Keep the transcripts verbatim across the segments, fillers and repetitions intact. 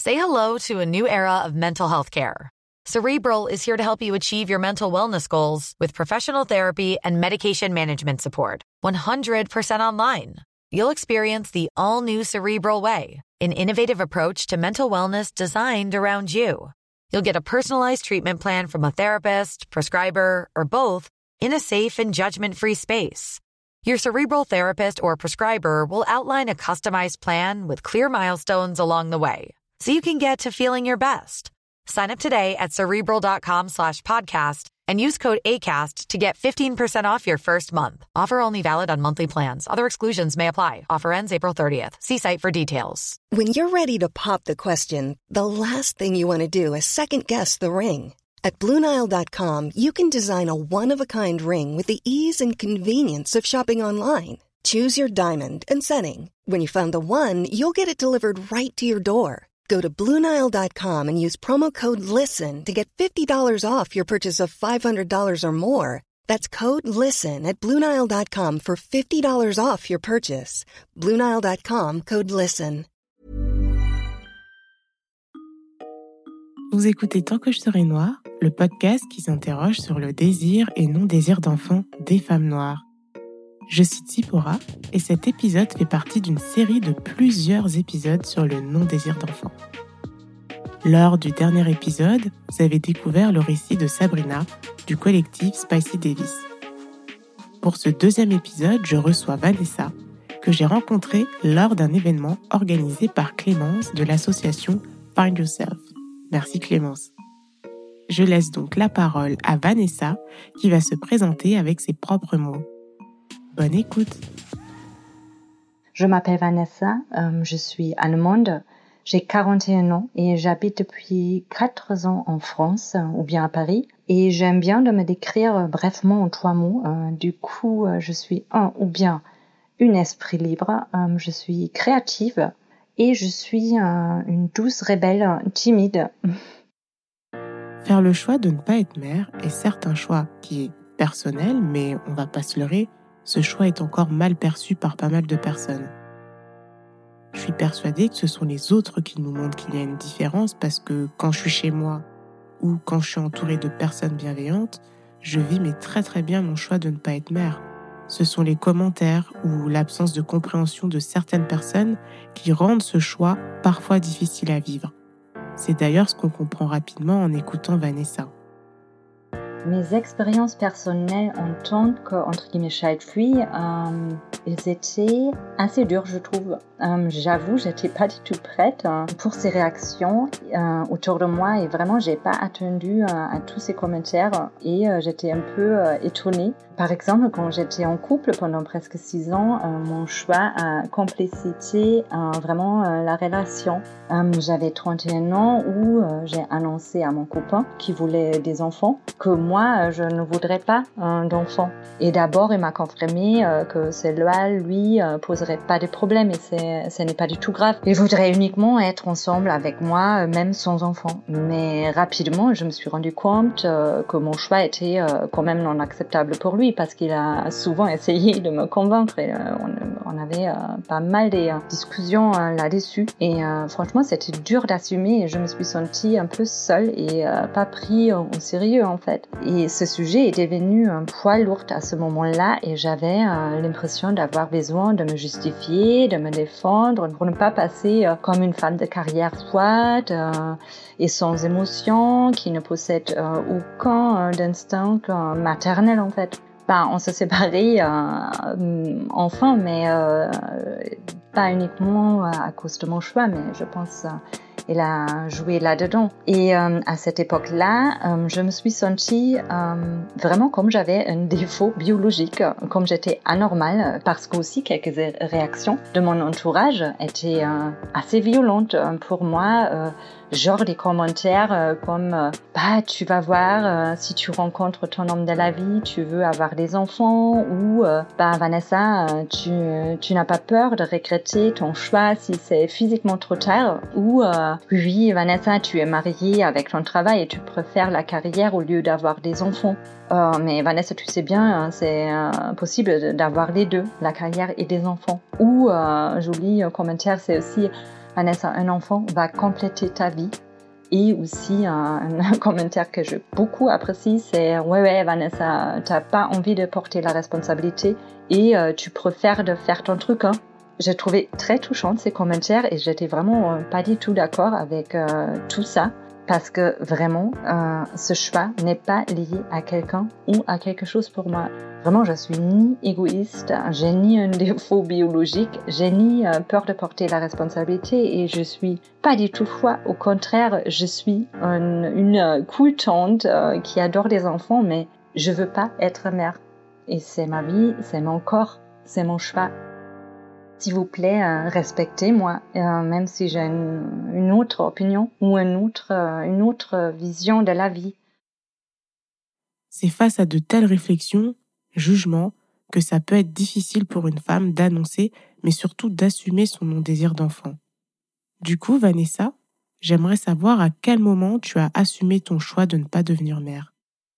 Say hello to a new era of mental health care. Cerebral is here to help you achieve your mental wellness goals with professional therapy and medication management support. one hundred percent online. You'll experience the all-new Cerebral Way, an innovative approach to mental wellness designed around you. You'll get a personalized treatment plan from a therapist, prescriber, or both in a safe and judgment-free space. Your Cerebral therapist or prescriber will outline a customized plan with clear milestones along the way, so you can get to feeling your best. Sign up today at Cerebral.com slash podcast and use code ACAST to get fifteen percent off your first month. Offer only valid on monthly plans. Other exclusions may apply. Offer ends April thirtieth. See site for details. When you're ready to pop the question, the last thing you want to do is second-guess the ring. At Blue Nile dot com, you can design a one-of-a-kind ring with the ease and convenience of shopping online. Choose your diamond and setting. When you find the one, you'll get it delivered right to your door. Go to Blue Nile dot com and use promo code LISTEN to get fifty dollars off your purchase of five hundred dollars or more. That's code LISTEN at Blue Nile dot com for fifty dollars off your purchase. Blue Nile dot com, code LISTEN. Vous écoutez Tant que je serai noire, le podcast qui s'interroge sur le désir et non-désir d'enfant des femmes noires. Je suis Tsipora et cet épisode fait partie d'une série de plusieurs épisodes sur le non-désir d'enfant. Lors du dernier épisode, vous avez découvert le récit de Sabrina du collectif Spicy Davis. Pour ce deuxième épisode, je reçois Vanessa, que j'ai rencontrée lors d'un événement organisé par Clémence de l'association Find Yourself. Merci Clémence. Je laisse donc la parole à Vanessa qui va se présenter avec ses propres mots. Bonne écoute. Je m'appelle Vanessa, euh, je suis allemande, j'ai quarante et un ans et j'habite depuis quatre ans en France euh, ou bien à Paris. Et j'aime bien de me décrire euh, brièvement en trois mots. Euh, du coup, euh, je suis un ou bien une esprit libre, euh, je suis créative et je suis euh, une douce rebelle timide. Faire le choix de ne pas être mère est certes un choix qui est personnel, mais on va pas se leurrer. Ce choix est encore mal perçu par pas mal de personnes. Je suis persuadée que ce sont les autres qui nous montrent qu'il y a une différence parce que quand je suis chez moi ou quand je suis entourée de personnes bienveillantes, je vis mais très très bien mon choix de ne pas être mère. Ce sont les commentaires ou l'absence de compréhension de certaines personnes qui rendent ce choix parfois difficile à vivre. C'est d'ailleurs ce qu'on comprend rapidement en écoutant Vanessa. Mes expériences personnelles en tant que, entre guillemets, child free, euh, elles étaient assez dures, je trouve. Euh, j'avoue, j'étais pas du tout prête euh, pour ces réactions euh, autour de moi et vraiment, j'ai pas attendu euh, à tous ces commentaires et euh, j'étais un peu euh, étonnée. Par exemple, quand j'étais en couple pendant presque six ans, euh, mon choix a complécité euh, vraiment euh, la relation. Euh, j'avais trente et un ans où euh, j'ai annoncé à mon copain qui voulait des enfants que moi, je ne voudrais pas euh, d'enfants. Et d'abord, il m'a confirmé euh, que cela, lui, euh, poserait pas de problème et c'est, ce n'est pas du tout grave. Il voudrait uniquement être ensemble avec moi, euh, même sans enfants. Mais rapidement, je me suis rendu compte euh, que mon choix était euh, quand même non acceptable pour lui parce qu'il a souvent essayé de me convaincre. Et, euh, on, on avait euh, pas mal de euh, discussions euh, là-dessus. Et euh, franchement, c'était dur d'assumer et je me suis sentie un peu seule et euh, pas pris au, au sérieux en fait. Et ce sujet est devenu un poids lourd à ce moment-là et j'avais euh, l'impression d'avoir besoin de me justifier, de me défendre pour ne pas passer euh, comme une femme de carrière froide euh, et sans émotion, qui ne possède euh, aucun euh, instinct euh, maternel en fait. Ben, on s'est séparés euh, enfin, mais euh, pas uniquement à cause de mon choix, mais je pense euh, il a joué là-dedans. Et euh, à cette époque-là, euh, je me suis sentie euh, vraiment comme j'avais un défaut biologique, comme j'étais anormale, parce qu'aussi quelques réactions de mon entourage étaient euh, assez violentes pour moi. Euh, Genre des commentaires euh, comme euh, « bah tu vas voir, euh, si tu rencontres ton homme de la vie, tu veux avoir des enfants » ou euh, « bah Vanessa, euh, tu, tu n'as pas peur de regretter ton choix si c'est physiquement trop tard » ou euh, « oui Vanessa, tu es mariée avec ton travail et tu préfères la carrière au lieu d'avoir des enfants ». Euh, mais Vanessa, tu sais bien, c'est euh, possible d'avoir les deux, la carrière et des enfants. Ou, euh, joli commentaire, c'est aussi Vanessa, un enfant va compléter ta vie. Et aussi, un, un commentaire que je beaucoup apprécie, c'est « Ouais, ouais, Vanessa, t'as pas envie de porter la responsabilité et euh, tu préfères de faire ton truc, hein ». J'ai trouvé très touchant ces commentaires et j'étais vraiment euh, pas du tout d'accord avec euh, tout ça. Parce que vraiment, euh, ce choix n'est pas lié à quelqu'un ou à quelque chose pour moi. Vraiment, je suis ni égoïste, j'ai ni un défaut biologique, j'ai ni euh, peur de porter la responsabilité et je suis pas du tout froid. Au contraire, je suis une, une cool tante euh, qui adore les enfants, mais je veux pas être mère. Et c'est ma vie, c'est mon corps, c'est mon choix. S'il vous plaît, euh, respectez-moi, euh, même si j'ai une, une autre opinion ou une autre, euh, une autre vision de la vie. C'est face à de telles réflexions, jugements, que ça peut être difficile pour une femme d'annoncer, mais surtout d'assumer son non-désir d'enfant. Du coup, Vanessa, j'aimerais savoir à quel moment tu as assumé ton choix de ne pas devenir mère.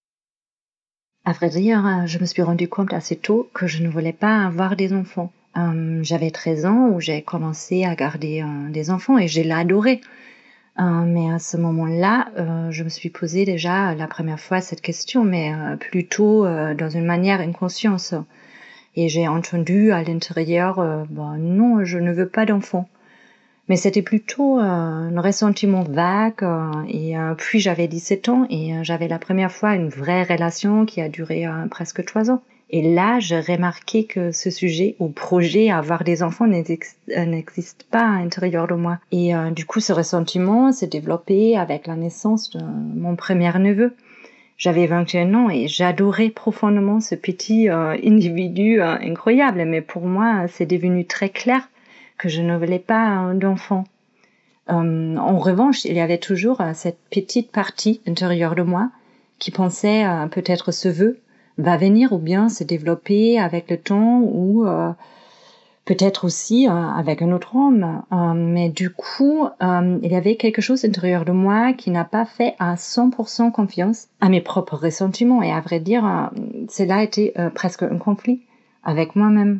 À vrai dire, je me suis rendu compte assez tôt que je ne voulais pas avoir des enfants. Euh, j'avais treize ans où j'ai commencé à garder euh, des enfants et j'ai l'adoré. Euh, mais à ce moment-là, euh, je me suis posé déjà la première fois cette question, mais euh, plutôt euh, dans une manière inconsciente. Et j'ai entendu à l'intérieur, euh, bah, non, je ne veux pas d'enfants. Mais c'était plutôt euh, un ressentiment vague. Euh, et euh, puis j'avais dix-sept ans et euh, j'avais la première fois une vraie relation qui a duré euh, presque trois ans. Et là, j'ai remarqué que ce sujet ou projet à avoir des enfants n'existe pas à l'intérieur de moi. Et euh, du coup, ce ressentiment s'est développé avec la naissance de mon premier neveu. J'avais vingt et un ans et j'adorais profondément ce petit euh, individu euh, incroyable. Mais pour moi, c'est devenu très clair que je ne voulais pas d'enfant. Euh, en revanche, il y avait toujours euh, cette petite partie intérieure de moi qui pensait euh, peut-être ce vœu va venir ou bien se développer avec le temps ou euh, peut-être aussi euh, avec un autre homme. Euh, mais du coup, euh, il y avait quelque chose à l'intérieur de moi qui n'a pas fait à cent pour cent confiance à mes propres ressentiments. Et à vrai dire, euh, cela a été euh, presque un conflit avec moi-même.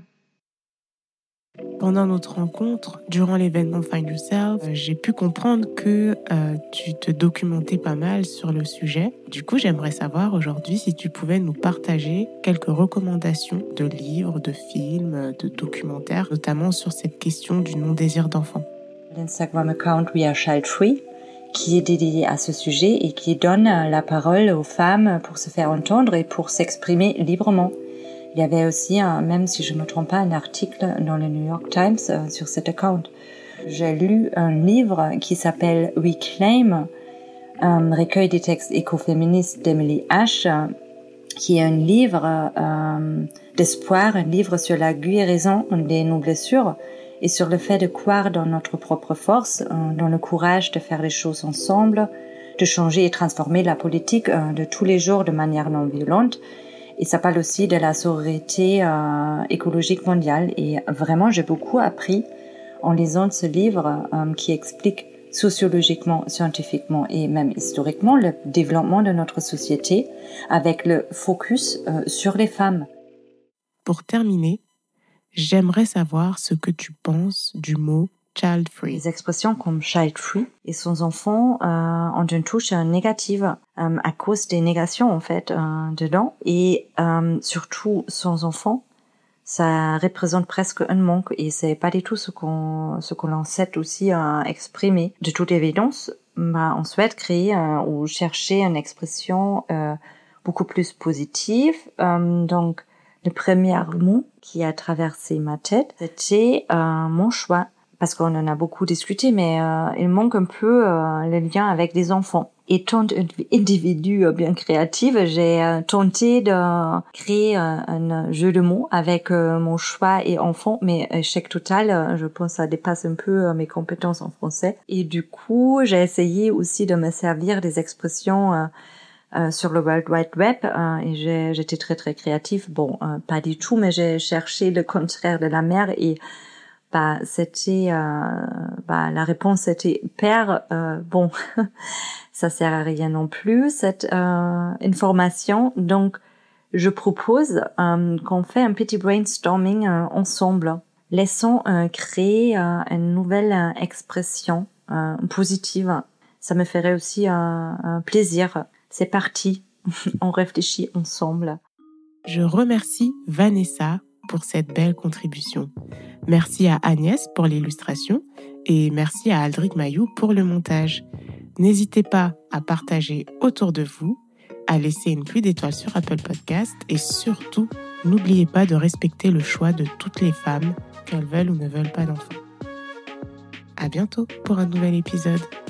Pendant notre rencontre, durant l'événement Find Yourself, j'ai pu comprendre que euh, tu te documentais pas mal sur le sujet. Du coup, j'aimerais savoir aujourd'hui si tu pouvais nous partager quelques recommandations de livres, de films, de documentaires, notamment sur cette question du non-désir d'enfant. L'Instagram account We Are Child Free, qui est dédié à ce sujet et qui donne la parole aux femmes pour se faire entendre et pour s'exprimer librement. Il y avait aussi, un, même si je ne me trompe pas, un article dans le New York Times euh, sur cet account. J'ai lu un livre qui s'appelle Reclaim, un recueil des textes écoféministes d'Emily Ash, euh, qui est un livre euh, d'espoir, un livre sur la guérison de nos blessures et sur le fait de croire dans notre propre force, euh, dans le courage de faire les choses ensemble, de changer et transformer la politique euh, de tous les jours de manière non violente. Et ça parle aussi de la sororité euh, écologique mondiale. Et vraiment, j'ai beaucoup appris en lisant ce livre euh, qui explique sociologiquement, scientifiquement et même historiquement le développement de notre société avec le focus euh, sur les femmes. Pour terminer, j'aimerais savoir ce que tu penses du mot child free. Les expressions comme child free et sans enfant euh, ont une touche négative euh, à cause des négations en fait euh, dedans et euh, surtout sans enfant, ça représente presque un manque et c'est pas du tout ce qu'on ce que l'on sait aussi euh, exprimer. De toute évidence, bah, on souhaite créer euh, ou chercher une expression euh, beaucoup plus positive. Euh, donc le premier mot qui a traversé ma tête, c'était euh, mon choix. Parce qu'on en a beaucoup discuté, mais euh, il manque un peu euh, le lien avec les enfants. Étant individu bien créatif, j'ai euh, tenté de créer euh, un jeu de mots avec euh, mon choix et enfant, mais échec total, euh, je pense que ça dépasse un peu euh, mes compétences en français. Et du coup, j'ai essayé aussi de me servir des expressions euh, euh, sur le World Wide Web euh, et j'ai, j'étais très très créative. Bon, euh, pas du tout, mais j'ai cherché le contraire de la mère et bah c'était euh, bah la réponse était père euh, bon ça sert à rien non plus cette euh, information, donc je propose euh, qu'on fait un petit brainstorming euh, ensemble Laissons euh, créer euh, une nouvelle euh, expression euh, positive. Ça me ferait aussi un, un plaisir. C'est parti, on réfléchit ensemble. Je remercie Vanessa pour cette belle contribution. Merci à Agnès pour l'illustration et merci à Aldric Mayou pour le montage. N'hésitez pas à partager autour de vous, à laisser une pluie d'étoiles sur Apple Podcast et surtout, n'oubliez pas de respecter le choix de toutes les femmes, qu'elles veulent ou ne veulent pas d'enfants. À bientôt pour un nouvel épisode.